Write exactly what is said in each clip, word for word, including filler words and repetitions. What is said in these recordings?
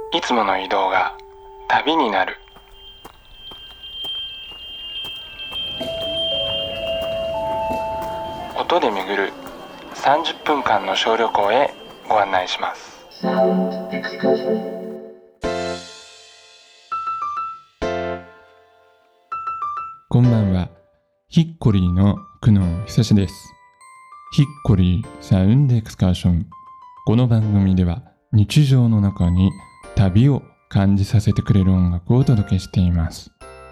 いつもの移動が旅になる。音で巡るさんじゅっぷんかんの小旅行へご案内します。 こんばんは。ヒッコリーの久野久志です。ヒッコリーサウンドエクスカーション。この番組では日常の中に旅を感じさせてくれる音楽をお届けしています。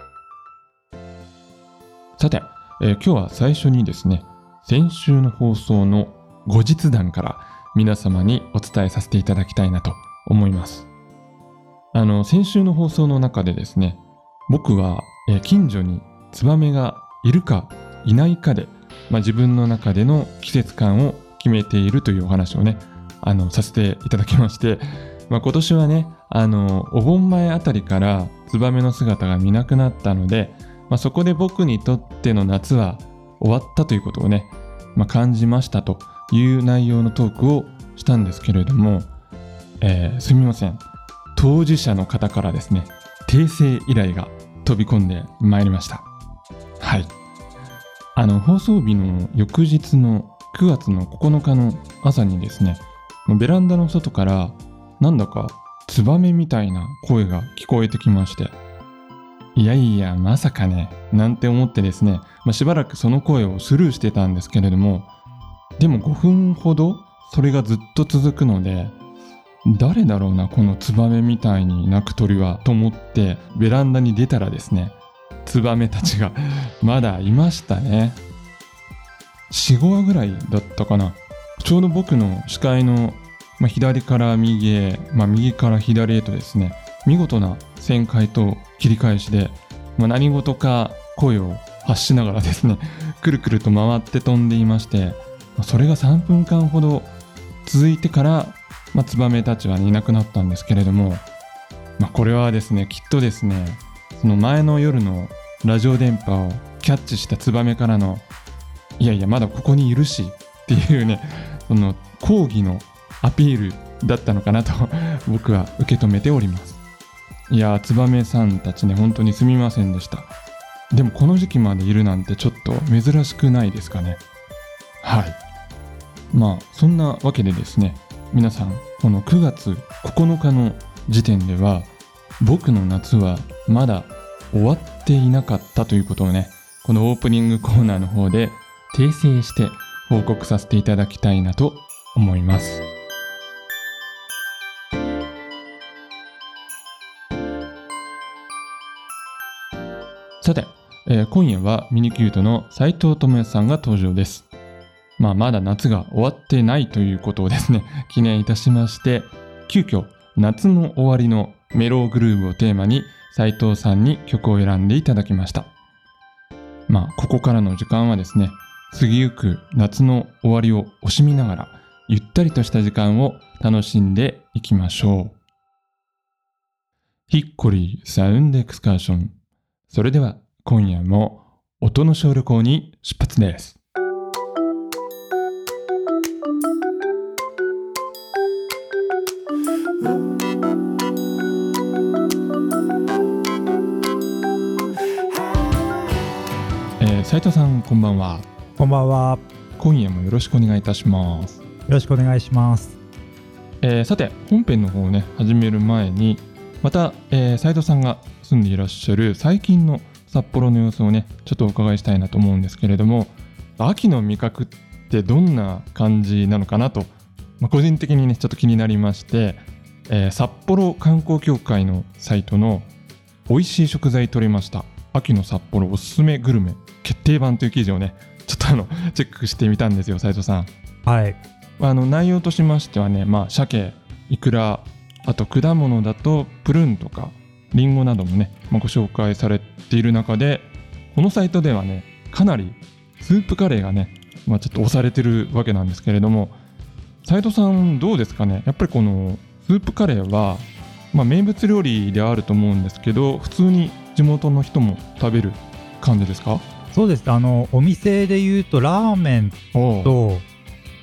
さて、えー、今日は最初にですね、先週の放送の後日談から皆様にお伝えさせていただきたいなと思います。あの先週の放送の中でですね、僕は、えー、近所にツバメがいるかいないかで、まあ、自分の中での季節感を決めているというお話をね、あのさせていただきまして、まあ、今年はね、あのお盆前あたりからツバメの姿が見なくなったので、まあ、そこで僕にとっての夏は終わったということをね、まあ、感じましたという内容のトークをしたんですけれども、えー、すみません、当事者の方からですね、訂正依頼が飛び込んでまいりました。はい、あの放送日の翌日のくがつのここのかの朝にですね、ベランダの外からなんだかツバメみたいな声が聞こえてきまして、いやいやまさかねなんて思ってですね、まあ、しばらくその声をスルーしてたんですけれども、でもごふんほどそれがずっと続くので、誰だろうなこのツバメみたいに鳴く鳥はと思ってベランダに出たらですね、ツバメたちがまだいましたね。 よん、ごわぐらいだったかな。ちょうど僕の視界の、まあ、左から右へ、まあ、右から左へとですね、見事な旋回と切り返しで、まあ、何事か声を発しながらですね、くるくると回って飛んでいまして、まあ、それがさんぷんかんほど続いてから、まあ、ツバメたちは、ね、いなくなったんですけれども、まあ、これはですね、きっとですね、その前の夜のラジオ電波をキャッチしたツバメからの、いやいやまだここにいるしっていうね、その抗議のアピールだったのかなと僕は受け止めております。いやー、ツバメさんたちね、本当にすみませんでした。でもこの時期までいるなんてちょっと珍しくないですかね。はい、まあそんなわけでですね、皆さんこのくがつここのかの時点では僕の夏はまだ終わっていなかったということをね、このオープニングコーナーの方で訂正して報告させていただきたいなと思います。さて、えー、今夜はミニキュートの斉藤智也さんが登場です。まあまだ夏が終わってないということをですね、記念いたしまして、急遽夏の終わりのメローグルーヴをテーマに斉藤さんに曲を選んでいただきました。まあここからの時間はですね、過ぎゆく夏の終わりを惜しみながらゆったりとした時間を楽しんでいきましょう。ヒッコリーサウンドエクスカーション。それでは今夜も音の小旅行に出発です。斉藤さん、こんばんは。 こんばんは。 今夜もよろしくお願いいたします。 よろしくお願いします。 えー、さて本編の方をね始める前に、また、えー、斉藤さんが住んでいらっしゃる最近の札幌の様子をねちょっとお伺いしたいなと思うんですけれども、秋の味覚ってどんな感じなのかなと、まあ、個人的にねちょっと気になりまして、えー、札幌観光協会のサイトの美味しい食材取れました秋の札幌おすすめグルメ決定版という記事をねちょっとあのチェックしてみたんですよ、斉藤さん。 はい。 あの内容としましてはね、まあ鮭、イクラ、あと果物だとプルーンとかリンゴなどもね、まあ、ご紹介されている中で、このサイトではねかなりスープカレーがね、まあ、ちょっと押されてるわけなんですけれども、斉藤さんどうですかね。やっぱりこのスープカレーは、まあ、名物料理であると思うんですけど、普通に地元の人も食べる感じですか？ そうです。あのお店で言うとラーメンと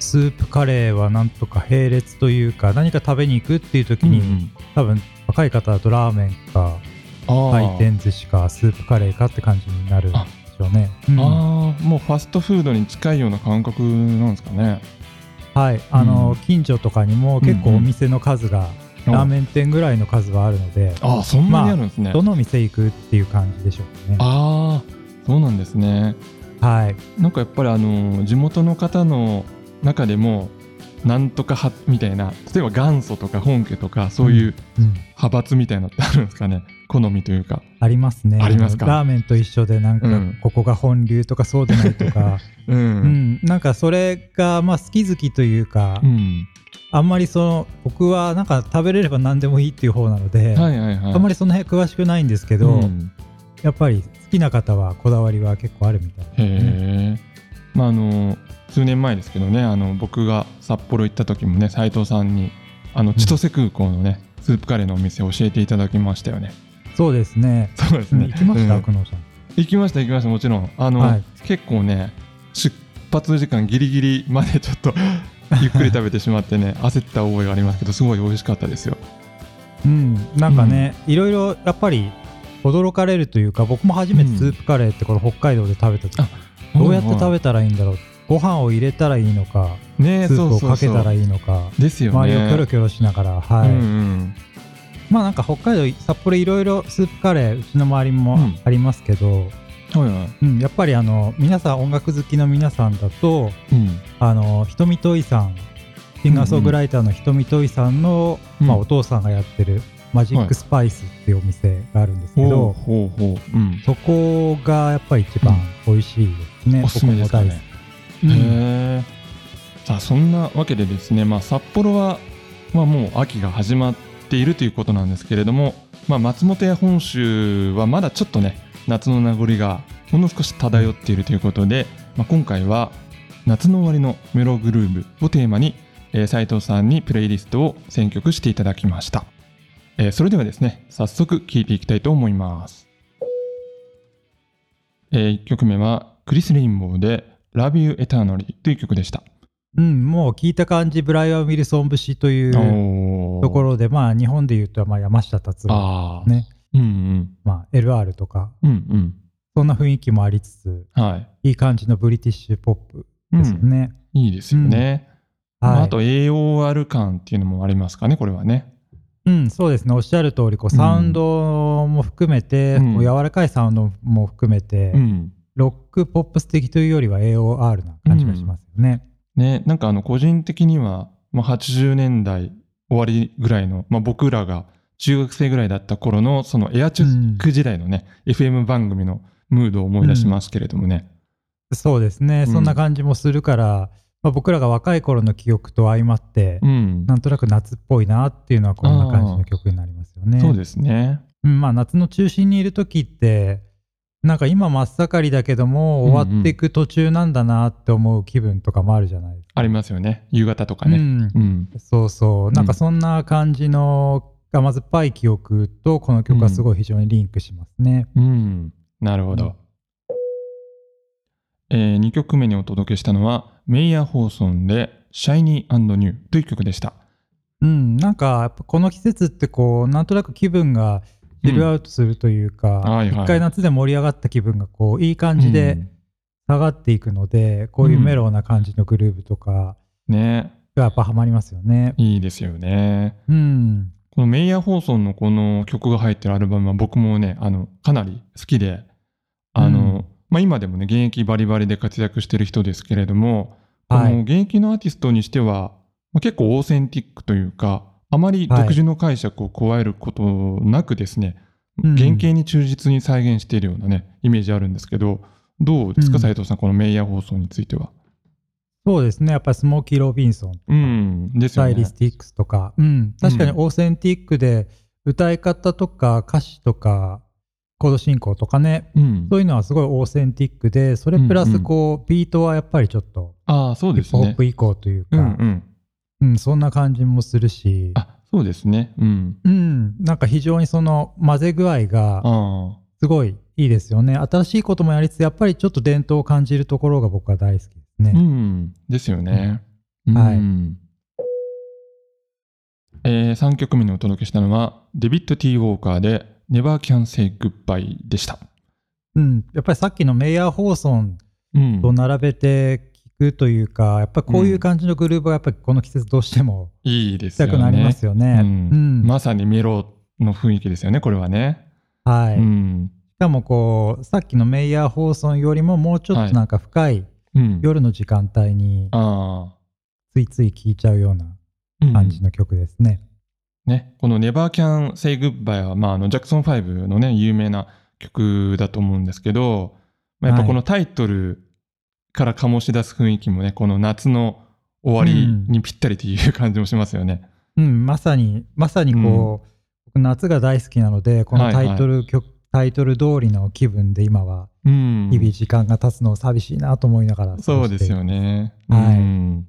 スープカレーはなんとか並列というか、何か食べに行くっていう時に、 うんうん、 多分若い方だとラーメンか回転寿司かスープカレーかって感じになるんでしょうね。 あ、うん、あもうファストフードに近いような感覚なんですかね。 はい、あの、うん、近所とかにも結構お店の数が、うんうん、ラーメン店ぐらいの数はあるので、 あそんなにあるんですね。 まあ、どの店行くっていう感じでしょうね。 ああそうなんですね。はい、なんかやっぱりあの地元の方の中でもなんとか派みたいな、例えば元祖とか本家とかそういう派閥みたいなのってあるんですかね、好みというか。 ありますね。 ありますか。 ラーメンと一緒でなんかここが本流とかそうでないとか、うんうん、なんかそれがまあ好き好きというか、うん、あんまりその僕はなんか食べれれば何でもいいっていう方なので、はいはいはい、あんまりその辺詳しくないんですけど、うん、やっぱり好きな方はこだわりは結構あるみたいですね。 へー、まああの数年前ですけどね、あの僕が札幌行った時もね、斉藤さんにあの千歳空港のね、うん、スープカレーのお店を教えていただきましたよね。 そうですね。 そうですね、 うん、行きました、久、う、能、ん、さん。 行きました行きました、もちろんあの、はい、結構ね出発時間ギリギリまでちょっとゆっくり食べてしまってね焦った覚えがありますけど、すごい美味しかったですよ。 うん、なんかね、うん、いろいろやっぱり驚かれるというか、僕も初めてスープカレーってこれ北海道で食べた時、うん、どうやって食べたらいいんだろう、ご飯を入れたらいいのか、ね、スープをかけたらいいのかですよね、 周りをキョロキョロしながら、はい、うんうん、まあなんか北海道札幌いろいろスープカレーうちの周りもありますけど、うんはいはいうん、やっぱりあの皆さん音楽好きの皆さんだと、うん、あのひとみといさん、シンガーソングライターのひとみといさんの、うんまあ、お父さんがやってるマジックスパイスっていうお店があるんですけど、はいほうほうほう、うん、そこがやっぱり一番美味しいですね、うん、おすすめですかね。 うん、へさあそんなわけでですね、まあ、札幌は、まあ、もう秋が始まっているということなんですけれども、まあ、松本や本州はまだちょっとね夏の名残がほんの少し漂っているということで、まあ、今回は夏の終わりのメログルーヴをテーマに、えー、斉藤さんにプレイリストを選曲していただきました。えー、それではですね早速聴いていきたいと思います。えー、いっきょくめはクリス・レインボーで Love You Eternally という曲でした。 うん、もう聞いた感じブライアン・ウィルソン節というところで、まあ日本でいうとまあ山下達郎ね、うんうんまあ、エルアール とか、うんうん、そんな雰囲気もありつつ、はい、いい感じのブリティッシュポップですよね、 うん、いいですよね、うんはいまあ、あと エーオーアール 感っていうのもありますかね、これはね。 うん、そうですね、おっしゃる通りこうサウンドも含めて、うん、こう柔らかいサウンドも含めて、うん、ロックポップス的というよりは エーオーアール な感じがしますよね、 うん、ね、なんかあの個人的には、まあ、はちじゅうねんだい終わりぐらいの、まあ、僕らが中学生ぐらいだった頃のそのエアチュック時代のね、うん、エフエム 番組のムードを思い出しますけれどもね、 うん、そうですね、そんな感じもするから、まあ、僕らが若い頃の記憶と相まって、うん、なんとなく夏っぽいなっていうのはこんな感じの曲になりますよね。 そうですね、 うんまあ、夏の中心にいる時ってなんか今真っ盛りだけども終わっていく途中なんだなって思う気分とかもあるじゃないですか。 ありますよね、夕方とかね、うんうん、そうそう、なんかそんな感じの甘酸っぱい記憶とこの曲はすごい非常にリンクしますね。 うん、うん、なるほど、うんえー、にきょくめにお届けしたのはメイヤー・ホーソンで Shiny and New という曲でした。 うん、なんかやっぱこの季節ってこうなんとなく気分がチルアウトするというか、うんはいはい、一回夏で盛り上がった気分がこういい感じで下がっていくので、うん、こういうメローな感じのグルーヴとかがやっぱハマりますよね、 うん、いいですよね、うん、このメイヤー・ホーソンのこの曲が入ってるアルバムは僕もねあのかなり好きで、あの、うんまあ、今でもね現役バリバリで活躍してる人ですけれども、はい、この現役のアーティストにしては、まあ、結構オーセンティックというかあまり独自の解釈を加えることなくですね、はい、原型に忠実に再現しているようなねイメージあるんですけど、どうですか、斉藤さん、このメイヤー放送については。 そうですね、やっぱりスモーキー・ロビンソンとか、うんですよね、スタイリスティックスとか、うん、確かにオーセンティックで歌い方とか歌詞とかコード進行とかね、うん、そういうのはすごいオーセンティックで、それプラスこう、うんうん、ビートはやっぱりちょっとああそうですねヒップホップ以降というか、うんうんうん、そんな感じもするし、 あそうですね、うんうん、なんか非常にその混ぜ具合がすごいいいですよね。新しいこともやりつつやっぱりちょっと伝統を感じるところが僕は大好きですね。 うん、ですよね、 はい。 えー、さんきょくめにお届けしたのはデビッド・ティー・ウォーカーで Never Can Say Goodbye でした。 うん、やっぱりさっきのメイヤー・ホーソンと並べて聞くというか、うん、やっぱりこういう感じのグルーヴがやっぱりこの季節どうしてもいいですよね。 したくなりますよね。 うんうん、まさにメロの雰囲気ですよね、これはね。 はい。 うん、 しかもこうさっきのメイヤー・ホーソンよりももうちょっとなんか深い夜の時間帯についつい聴いちゃうような感じの曲ですね。 うんうん、ね、この Never Can Say Goodbye は、まあ、あのジャクソンファイブのね有名な曲だと思うんですけど、まあ、やっぱこのタイトルから醸し出す雰囲気もね、この夏の終わりにぴったりという感じもしますよね。 うん、うん、まさにまさにこう、うん、僕夏が大好きなので、このタイトル曲、はいはい、タイトル通りの気分で今は日々時間が経つのを寂しいなと思いながら、うん、 そうですよね。 はい。 うん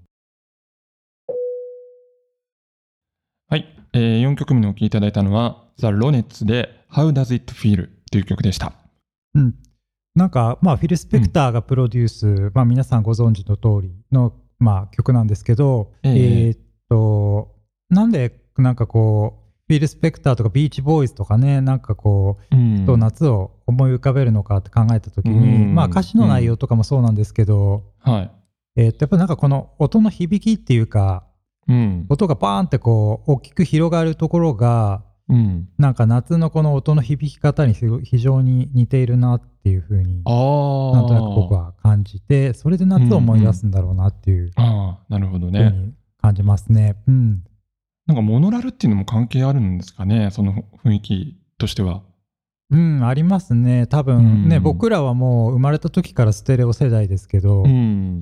はい、えー、よんきょくめにお聴きいただいたのはザ・ロネッツで How Does It Feel という曲でした。 うん、なんかまあフィル・スペクターがプロデュース、うん、まあ皆さんご存知の通りのまあ曲なんですけど、えー、えー、っとなんでなんかこうフィル・スペクターとかビーチボーイズとかね、なんかこう、うん、と夏を思い浮かべるのかって考えた時に、うん、まあ歌詞の内容とかもそうなんですけど、 うん、はい、 えー、っとやっぱなんかこの音の響きっていうか、うん、音がバーンってこう大きく広がるところが、うん、なんか夏のこの音の響き方に非常に似ているなっていう風になんとなく僕は感じて、それで夏を思い出すんだろうなっていう風に感じますね。うんうん、うんなんかモノラルっていうのも関係あるんですかね、その雰囲気としては。 うん、ありますね。多分ね、うん、僕らはもう生まれた時からステレオ世代ですけど、うん、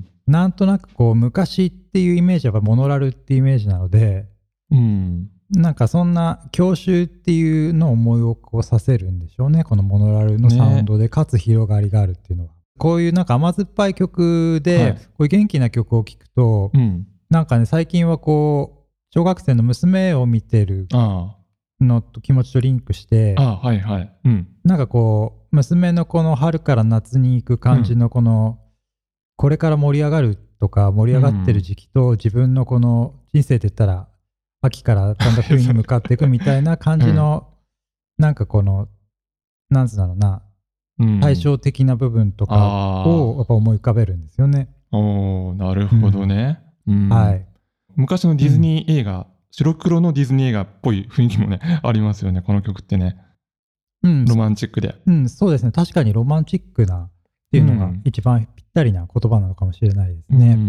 なんとなくこう昔っていうイメージはモノラルっていうイメージなので、うん、なんかそんな郷愁っていうのを思い起こさせるんでしょうね、このモノラルのサウンドで、かつ広がりがあるっていうのは。こういうなんか甘酸っぱい曲で、はい、こういう元気な曲を聴くと、うん、なんかね最近はこう小学生の娘を見てるのと気持ちとリンクして、 ああ、はいはいうん、 なんかこう娘のこの春から夏に行く感じのこの、うん、これから盛り上がるとか盛り上がってる時期と、自分のこの人生って言ったら秋からだんだん冬に向かっていくみたいな感じの、うん、なんかこのなんつうんだろうな、うん、対照的な部分とかをやっぱ思い浮かべるんですよね。 おー、なるほどね、 うんうん、はい昔のディズニー映画、うん、白黒のディズニー映画っぽい雰囲気もねありますよね、この曲ってね、うん、ロマンチックで、 うん、そうですね、確かにロマンチックなっていうのが一番ぴったりな言葉なのかもしれないですね。うん、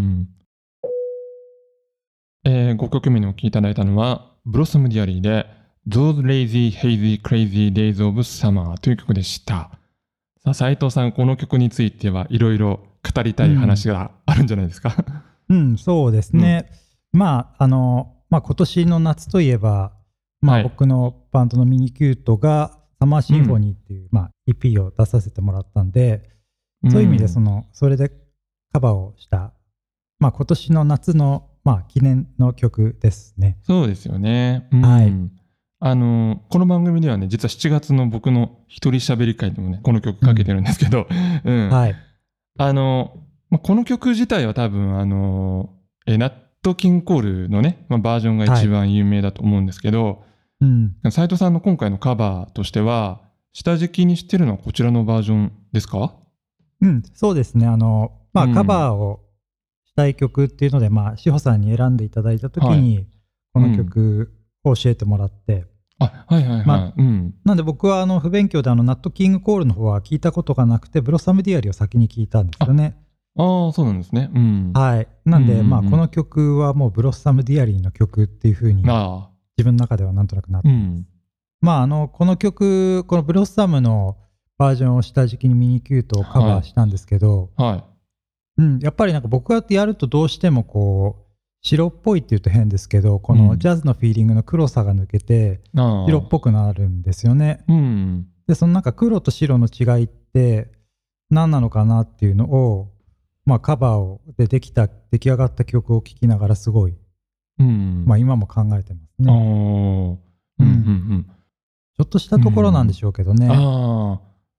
えー、ごきょくめにお聴きいただいたのはブロッサムディアリーで Those Lazy Hazy Crazy Days of Summer という曲でした。さあ斉藤さん、この曲についてはいろいろ語りたい話があるんじゃないですか。 うん、うん、そうですね、うんまああのまあ、今年の夏といえば、まあ、僕のバンドのミニキュートがサマーシンフォニーっていう、うんまあ、イーピー を出させてもらったんで、うん、そういう意味でそのそれでカバーをした、まあ、今年の夏の、まあ、記念の曲ですね。 そうですよね、うん、 はい、 あのこの番組ではね、実はしちがつの僕の一人喋り会でもねこの曲かけてるんですけど、うんうんはい、あのこの曲自体は多分あのえなナット・キング・コールのね、まあ、バージョンが一番有名だと思うんですけど、はいうん、斉藤さんの今回のカバーとしては下敷きにしてるのはこちらのバージョンですか？ うん、そうですね。あの、まあ、うん、カバーをしたい曲っていうので、まあ、志保さんに選んでいただいたときに、はい、この曲を教えてもらって、 あ、はいはいはい。まあうん、 なんで僕はあの不勉強であのナット・キング・コールの方は聞いたことがなくて、ブロッサム・ディアリーを先に聞いたんですよね。 ああ、そうなんですね。うん、 はい。なんで、うんうんうん、まあ、この曲はもうブロッサム・ディアリーの曲っていう風に自分の中ではなんとなくなってます。うん、まあ、あのこの曲、このブロッサムのバージョンを下敷きにミニキュートをカバーしたんですけど、 はいはいうん、やっぱりなんか僕がやるとどうしてもこう白っぽいっていうと変ですけど、このジャズのフィーリングの黒さが抜けて白っぽくなるんですよね。 うん、 でそのなんか黒と白の違いって何なのかなっていうのを、まあ、カバーをでできた出来上がった曲を聴きながらすごい、うんまあ、今も考えてますね。 うんうんうん、 ちょっとしたところなんでしょうけどね。 あ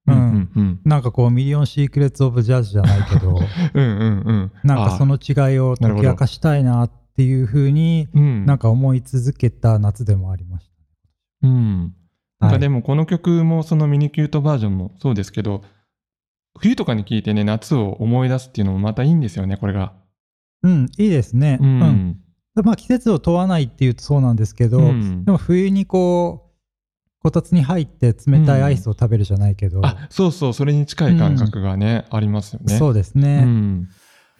うんうんうん、なんかこうミリオンシークレッツオブジャズじゃないけどうんうん、うん、なんかその違いを解き明かしたいなっていうふうになんか思い続けた夏でもありました。 うん、なんかでもこの曲もそのミニキュートバージョンもそうですけど、冬とかに聴いてね夏を思い出すっていうのもまたいいんですよね、これが。 うん、いいですね。うん、うん、まあ季節を問わないっていうとそうなんですけど、うん、でも冬にこうこたつに入って冷たいアイスを食べるじゃないけど、うん、 あ、そうそう、それに近い感覚がね、うん、ありますよね。 そうですね。うん、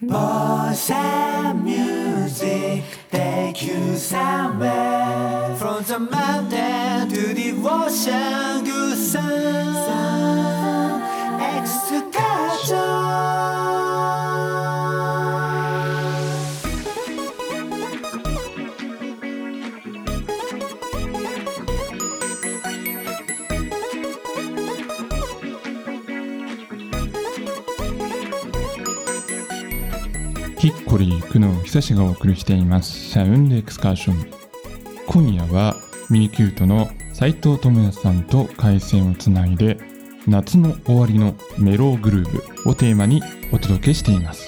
ヒッコリー久野久志がお送りしていますサウンドエクスカーション。今夜はミニキュートの斉藤智也さんと回線をつないで夏の終わりのメローグルーブをテーマにお届けしています。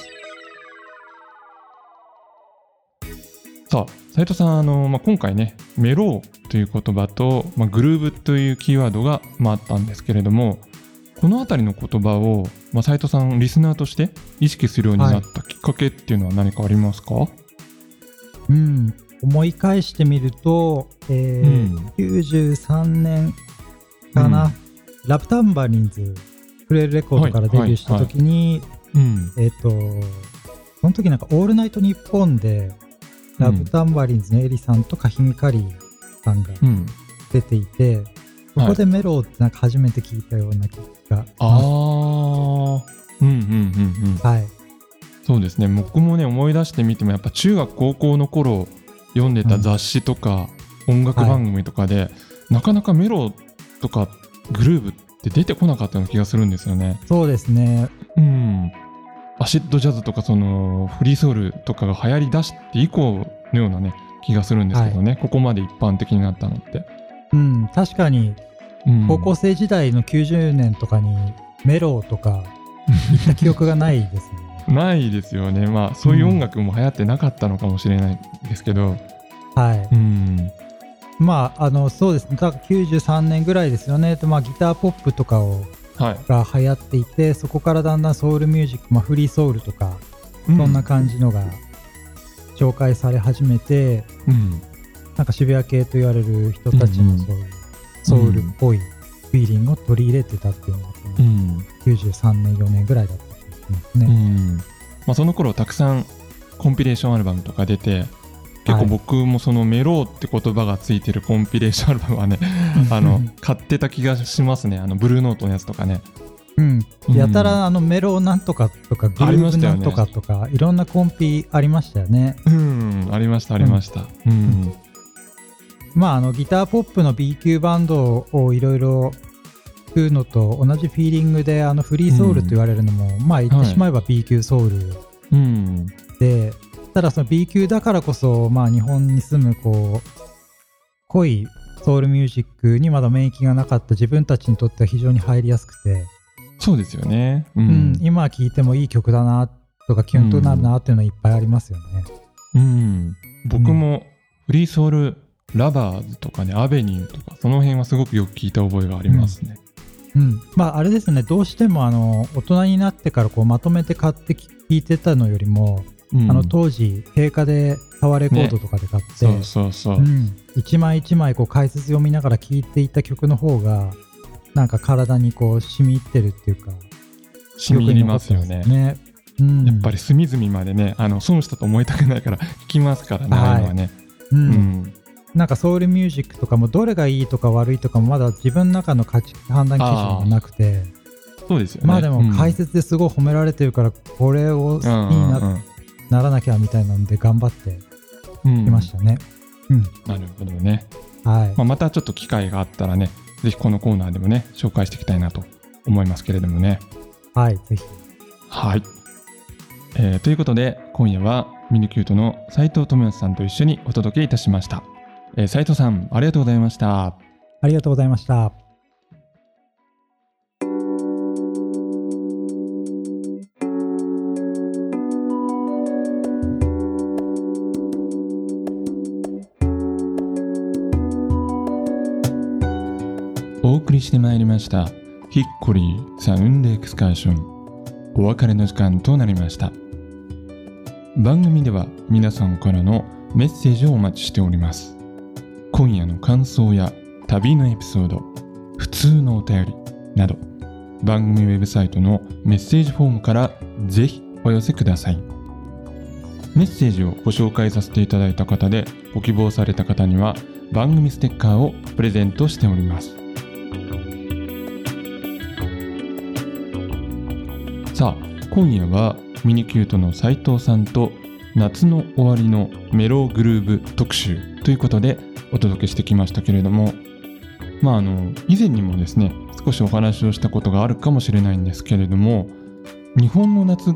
さあ斉藤さん、あの、まあ、今回ねメローという言葉と、まあ、グルーブというキーワードが、まあ、あったんですけれども、このあたりの言葉を、まあ、斉藤さんリスナーとして意識するようになったきっかけっていうのは何かありますか？はい、 うん、思い返してみると、えーうん、きゅうじゅうさんねんかな、うん、ラブタンバリンズフレールレコードからデビューした時に、えっとその時なんかオールナイトニッポンでラブタンバリンズのエリさんとカヒミカリーさんが出ていて、うん、そこでメローってなんか初めて聞いたような気が、 ああ、うんうんうんうん、はい、そうですね。僕もね思い出してみてもやっぱ中学高校の頃読んでた雑誌とか、うん、音楽番組とかで、はい、なかなかメロとかグルーブって出てこなかったような気がするんですよね。 そうですね。 うん。アシッドジャズとかそのフリーソウルとかが流行り出して以降のようなね気がするんですけどね、はい、ここまで一般的になったのって。 うん、確かに高校生時代のきゅうじゅうねんとかにメロとかいった記憶がないですね。 ないですよね。まあそういう音楽も流行ってなかったのかもしれないですけど、 うん、はい、うん、まああのそうですね。だからきゅうじゅうさんねんぐらいですよね。で、まあ、ギターポップとかを、はい、が流行っていて、そこからだんだんソウルミュージック、まあ、フリーソウルとか、うん、そんな感じのが紹介され始めて、うん、なんか渋谷系と言われる人たちのそういうソウルっぽいフィーリングを取り入れてたっていうのが、うん、きゅうじゅうさんねんよねんぐらいだったんですね。うん、 まあ、その頃たくさんコンピレーションアルバムとか出て、結構僕もそのメローって言葉がついてるコンピレーションアルバムはねあの買ってた気がしますね。あのブルーノートのやつとかね、 うん、やたらあのメローなんとかとかグルーブなんとかとか、ね、いろんなコンピありましたよね。 うん、ありましたありました、うんうん、 まああのギターポップの ビー 級バンドをいろいろ作るのと同じフィーリングで、あのフリーソウルと言われるのも、うん、まあ言ってしまえば ビー 級ソウル、うん、で、ただその ビー 級だからこそ、まあ日本に住むこう濃いソウルミュージックにまだ免疫がなかった自分たちにとっては非常に入りやすくて、 そうですよね、うんうん、今聴いてもいい曲だなとかキュンとなるなっていうのはいっぱいありますよね。 うん、うん、僕もフリーソウルラバーズとかね、アベニューとかその辺はすごくよく聞いた覚えがありますね。 うん、うん、まああれですね、どうしてもあの大人になってからこうまとめて買って聴いてたのよりも、うん、あの当時定価でタワーレコードとかで買って、ね、 そうそうそう、 うん、一枚一枚こう解説読みながら聴いていた曲の方がなんか体にこう染み入ってるっていうか、 染み入りますよね。 ね、うん、 やっぱり隅々までね、あの損したと思いたくないから聴きますからね、ああいうのはね、 うんうん、なんかソウルミュージックとかもどれがいいとか悪いとかもまだ自分の中の価値判断基準がなくて、 そうですよね。 まあでも解説ですごい褒められてるから、これを好きに な,、うんうんうん、ならなきゃみたいなので頑張ってきましたね、 うんうん、なるほどね、はい、まあ、またちょっと機会があったらね、ぜひこのコーナーでもね紹介していきたいなと思いますけれどもね。 はい、ぜひ。 はい、えー、ということで今夜はミニキュートの斉藤智也さんと一緒にお届けいたしました。えー、斉藤さんありがとうございました。 ありがとうございました。 お送りしてまいりましたヒッコリーサウンドエクスカーション、お別れの時間となりました。番組では皆さんからのメッセージをお待ちしております。今夜の感想や旅のエピソード、普通のお便りなど、番組ウェブサイトのメッセージフォームからぜひお寄せください。メッセージをご紹介させていただいた方でご希望された方には番組ステッカーをプレゼントしております。さあ、今夜はミニキュートの斉藤さんと夏の終わりのメローグルーブ特集ということでお届けしてきましたけれども、まああの以前にもですね少しお話をしたことがあるかもしれないんですけれども、日本の夏って、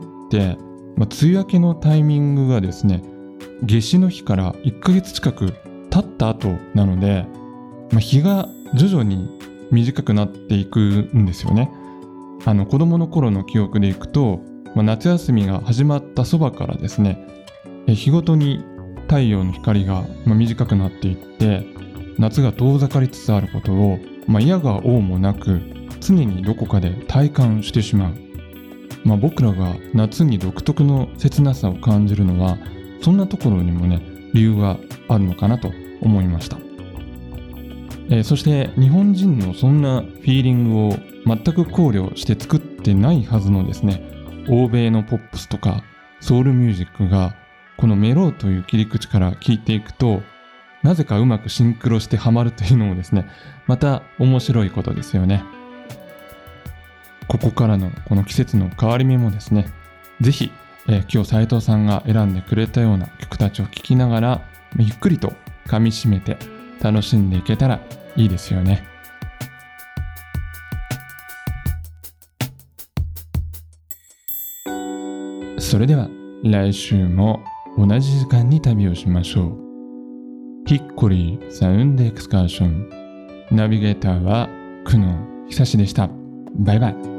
まあ、梅雨明けのタイミングがですね夏至の日からいっかげつ近く経った後なので、まあ、日が徐々に短くなっていくんですよね。あの子供の頃の記憶でいくと、まあ、夏休みが始まったそばからですね、え日ごとに太陽の光がまあ短くなっていって、夏が遠ざかりつつあることを、まあ、嫌が応もなく常にどこかで体感してしまう。まあ、僕らが夏に独特の切なさを感じるのはそんなところにもね理由があるのかなと思いました。えー、そして日本人のそんなフィーリングを全く考慮して作ってないはずのですね欧米のポップスとかソウルミュージックがこのメローという切り口から聴いていくとなぜかうまくシンクロしてハマるというのもですねまた面白いことですよね。ここからのこの季節の変わり目もですねぜひ、えー、今日斉藤さんが選んでくれたような曲たちを聴きながらゆっくりと噛み締めて楽しんでいけたらいいですよね。それでは来週も同じ時間に旅をしましょう。ヒッコリーサウンドエクスカーション、ナビゲーターは久野久志でした。バイバイ。